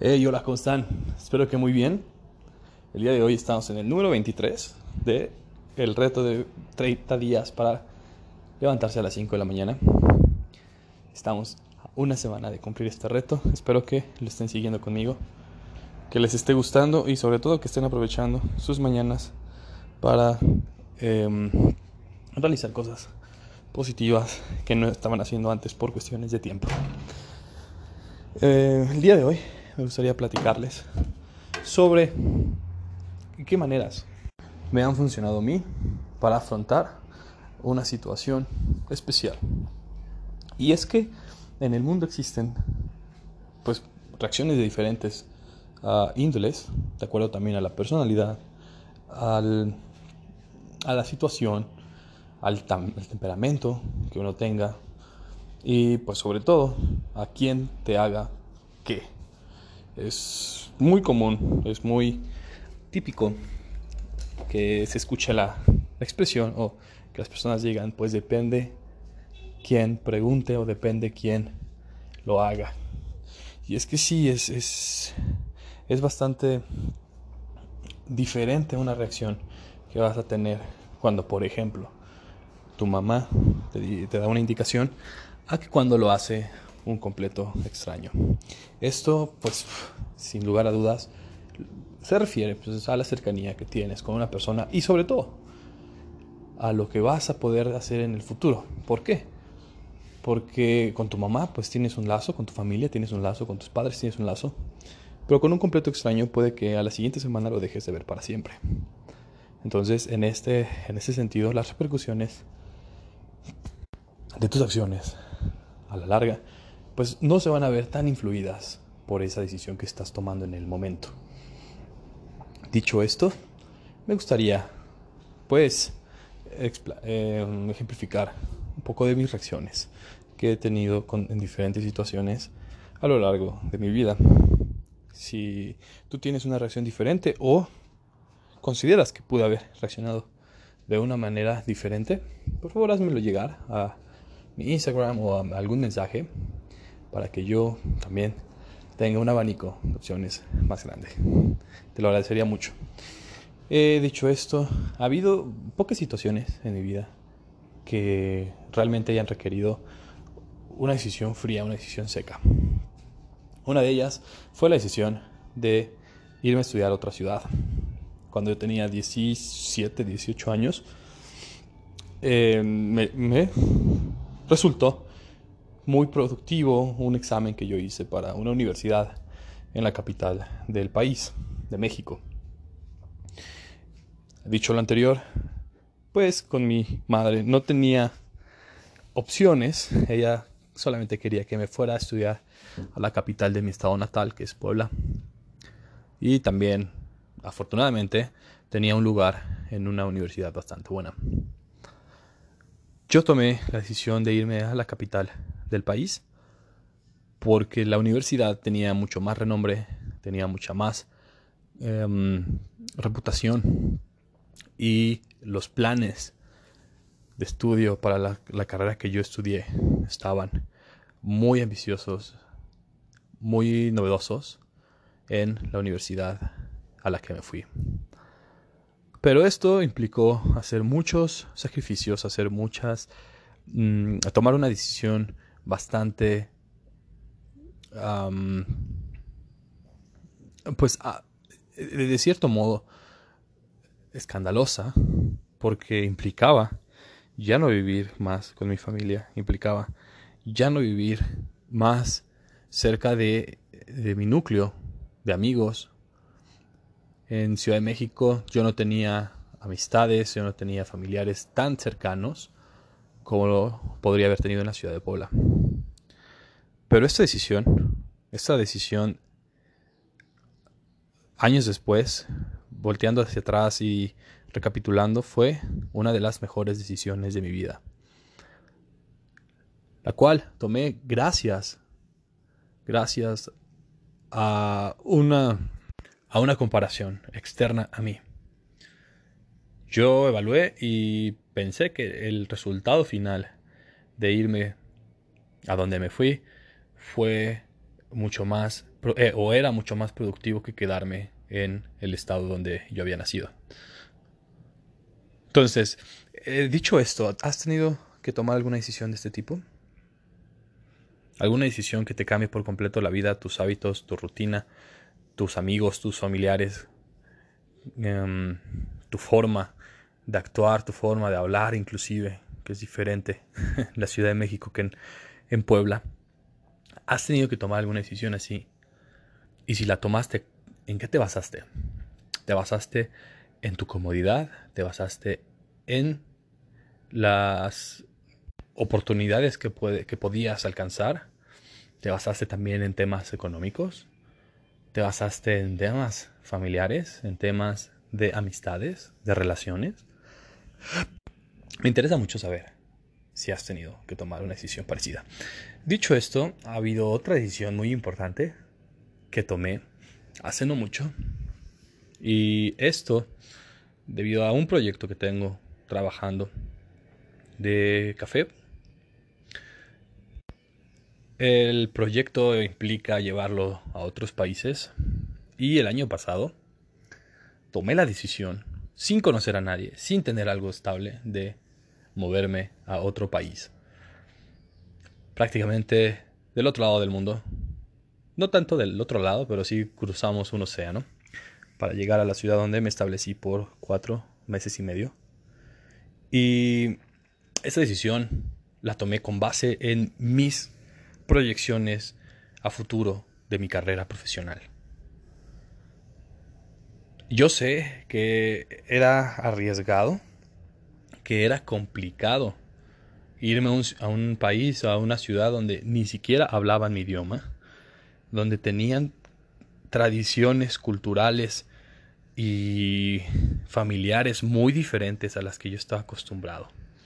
Hey, hola, ¿cómo están? Espero que muy bien. El día de hoy estamos en el número 23 de el reto de 30 días para levantarse a las 5 de la mañana. Estamos a una semana de cumplir este reto. Espero que lo estén siguiendo conmigo, que les esté gustando y sobre todo que estén aprovechando sus mañanas para em, realizar cosas positivas que no estaban haciendo antes por cuestiones de tiempo. El día de hoy me gustaría platicarles sobre qué maneras me han funcionado a mí para afrontar una situación especial. Y es que en el mundo existen pues reacciones de diferentes índoles, de acuerdo también a la personalidad, al, a la situación, al temperamento que uno tenga y pues sobre todo a quién te haga qué. Es muy común, es muy típico que se escuche la expresión o que las personas digan, pues depende quién pregunte o depende quién lo haga. Y es que sí, es bastante diferente una reacción que vas a tener cuando, por ejemplo, tu mamá te da una indicación a que cuando lo hace un completo extraño. Esto, pues, sin lugar a dudas, se refiere pues, a la cercanía que tienes con una persona y sobre todo a lo que vas a poder hacer en el futuro. ¿Por qué? Porque con tu mamá pues tienes un lazo, con tu familia tienes un lazo, con tus padres tienes un lazo, pero con un completo extraño puede que a la siguiente semana lo dejes de ver para siempre. Entonces, en este sentido, las repercusiones de tus acciones a la larga pues no se van a ver tan influidas por esa decisión que estás tomando en el momento. Dicho esto, me gustaría pues ejemplificar un poco de mis reacciones que he tenido en diferentes situaciones a lo largo de mi vida. Si tú tienes una reacción diferente o consideras que pude haber reaccionado de una manera diferente, por favor házmelo llegar a mi Instagram o a algún mensaje para que yo también tenga un abanico de opciones más grande. Te lo agradecería mucho. Dicho esto, ha habido pocas situaciones en mi vida que realmente hayan requerido una decisión fría, una decisión seca. Una de ellas fue la decisión de irme a estudiar a otra ciudad. Cuando yo tenía 17, 18 años, me resultó muy productivo un examen que yo hice para una universidad en la capital del país, de México. Dicho lo anterior, pues con mi madre no tenía opciones. Ella solamente quería que me fuera a estudiar a la capital de mi estado natal, que es Puebla. Y también, afortunadamente, tenía un lugar en una universidad bastante buena. Yo tomé la decisión de irme a la capital del país porque la universidad tenía mucho más renombre, tenía mucha más eh, reputación y los planes de estudio para la carrera que yo estudié estaban muy ambiciosos, muy novedosos en la universidad a la que me fui. Pero esto implicó hacer muchos sacrificios, tomar una decisión bastante, um, pues, de cierto modo, escandalosa, porque implicaba ya no vivir más con mi familia, implicaba ya no vivir más cerca de mi núcleo de amigos. En Ciudad de México yo no tenía amistades, yo no tenía familiares tan cercanos como lo podría haber tenido en la ciudad de Puebla. Pero esta decisión, años después, volteando hacia atrás y recapitulando, fue una de las mejores decisiones de mi vida. La cual tomé gracias a una comparación externa a mí. Yo evalué y pensé que el resultado final de irme a donde me fui fue mucho más o era mucho más productivo que quedarme en el estado donde yo había nacido. Entonces, dicho esto, ¿has tenido que tomar alguna decisión de este tipo? ¿Alguna decisión que te cambie por completo la vida, tus hábitos, tu rutina, tus amigos, tus familiares, em, tu forma de actuar, tu forma de hablar inclusive, que es diferente en la Ciudad de México que en Puebla? ¿Has tenido que tomar alguna decisión así? Y si la tomaste, ¿en qué te basaste? ¿Te basaste en tu comodidad? ¿Te basaste en las oportunidades que podías alcanzar? ¿Te basaste también en temas económicos? ¿Te basaste en temas familiares? ¿En temas de amistades? ¿De relaciones? Me interesa mucho saber si has tenido que tomar una decisión parecida. Dicho esto, ha habido otra decisión muy importante que tomé hace no mucho. Y esto debido a un proyecto que tengo trabajando de café. El proyecto implica llevarlo a otros países y el año pasado tomé la decisión, sin conocer a nadie, sin tener algo estable, de moverme a otro país. Prácticamente del otro lado del mundo. No tanto del otro lado, pero sí cruzamos un océano para llegar a la ciudad donde me establecí por 4 meses y medio. Y esa decisión la tomé con base en mis proyecciones a futuro de mi carrera profesional. Yo sé que era arriesgado, que era complicado irme a un país, a una ciudad donde ni siquiera hablaban mi idioma, donde tenían tradiciones culturales y familiares muy diferentes a las que yo estaba acostumbrado.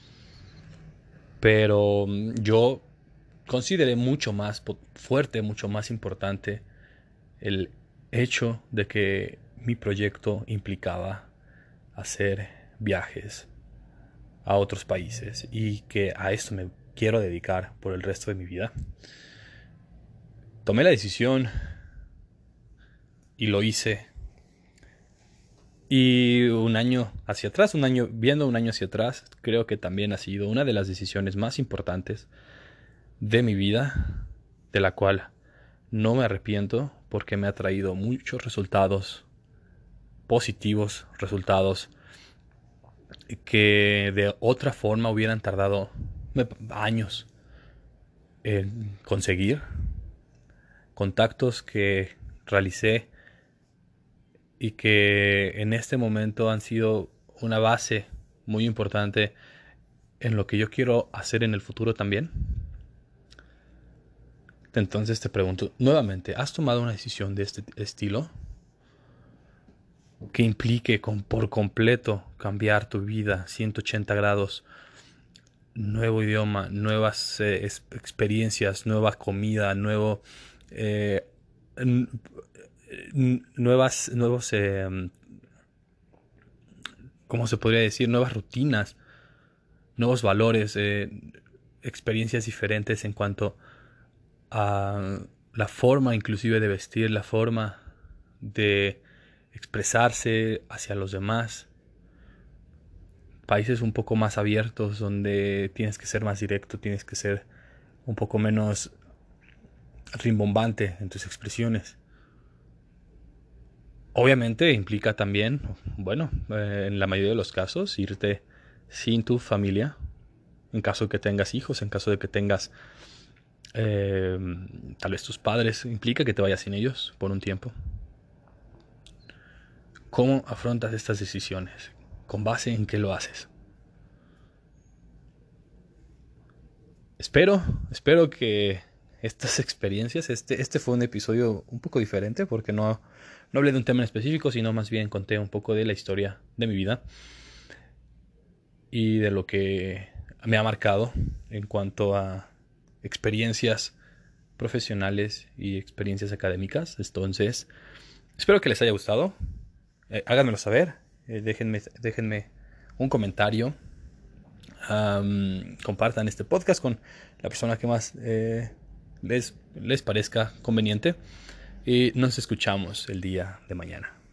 Pero yo consideré mucho más fuerte, mucho más importante el hecho de que mi proyecto implicaba hacer viajes a otros países y que a esto me quiero dedicar por el resto de mi vida. Tomé la decisión y lo hice. Y un año hacia atrás, viendo un año hacia atrás, creo que también ha sido una de las decisiones más importantes de mi vida, de la cual no me arrepiento porque me ha traído muchos resultados positivos, resultados que de otra forma hubieran tardado años en conseguir, contactos que realicé y que en este momento han sido una base muy importante en lo que yo quiero hacer en el futuro también. Entonces te pregunto nuevamente, ¿has tomado una decisión de este estilo que implique por completo cambiar tu vida 180 grados? Nuevo idioma, nuevas experiencias, nueva comida, eh, nuevos, ¿cómo se podría decir? Nuevas rutinas, nuevos valores, experiencias diferentes en cuanto a la forma inclusive de vestir, la forma de expresarse hacia los demás. Países un poco más abiertos donde tienes que ser más directo, tienes que ser un poco menos rimbombante en tus expresiones. Obviamente implica también, bueno, en la mayoría de los casos, irte sin tu familia, en caso de que tengas hijos, en caso de que tengas tal vez tus padres, implica que te vayas sin ellos por un tiempo. ¿Cómo afrontas estas decisiones? ¿Con base en qué lo haces? Espero que estas experiencias, este fue un episodio un poco diferente porque no hablé de un tema en específico, sino más bien conté un poco de la historia de mi vida y de lo que me ha marcado en cuanto a experiencias profesionales y experiencias académicas. Entonces, espero que les haya gustado. Háganmelo saber. Déjenme un comentario. Compartan este podcast con la persona que más les parezca conveniente. y nos escuchamos el día de mañana.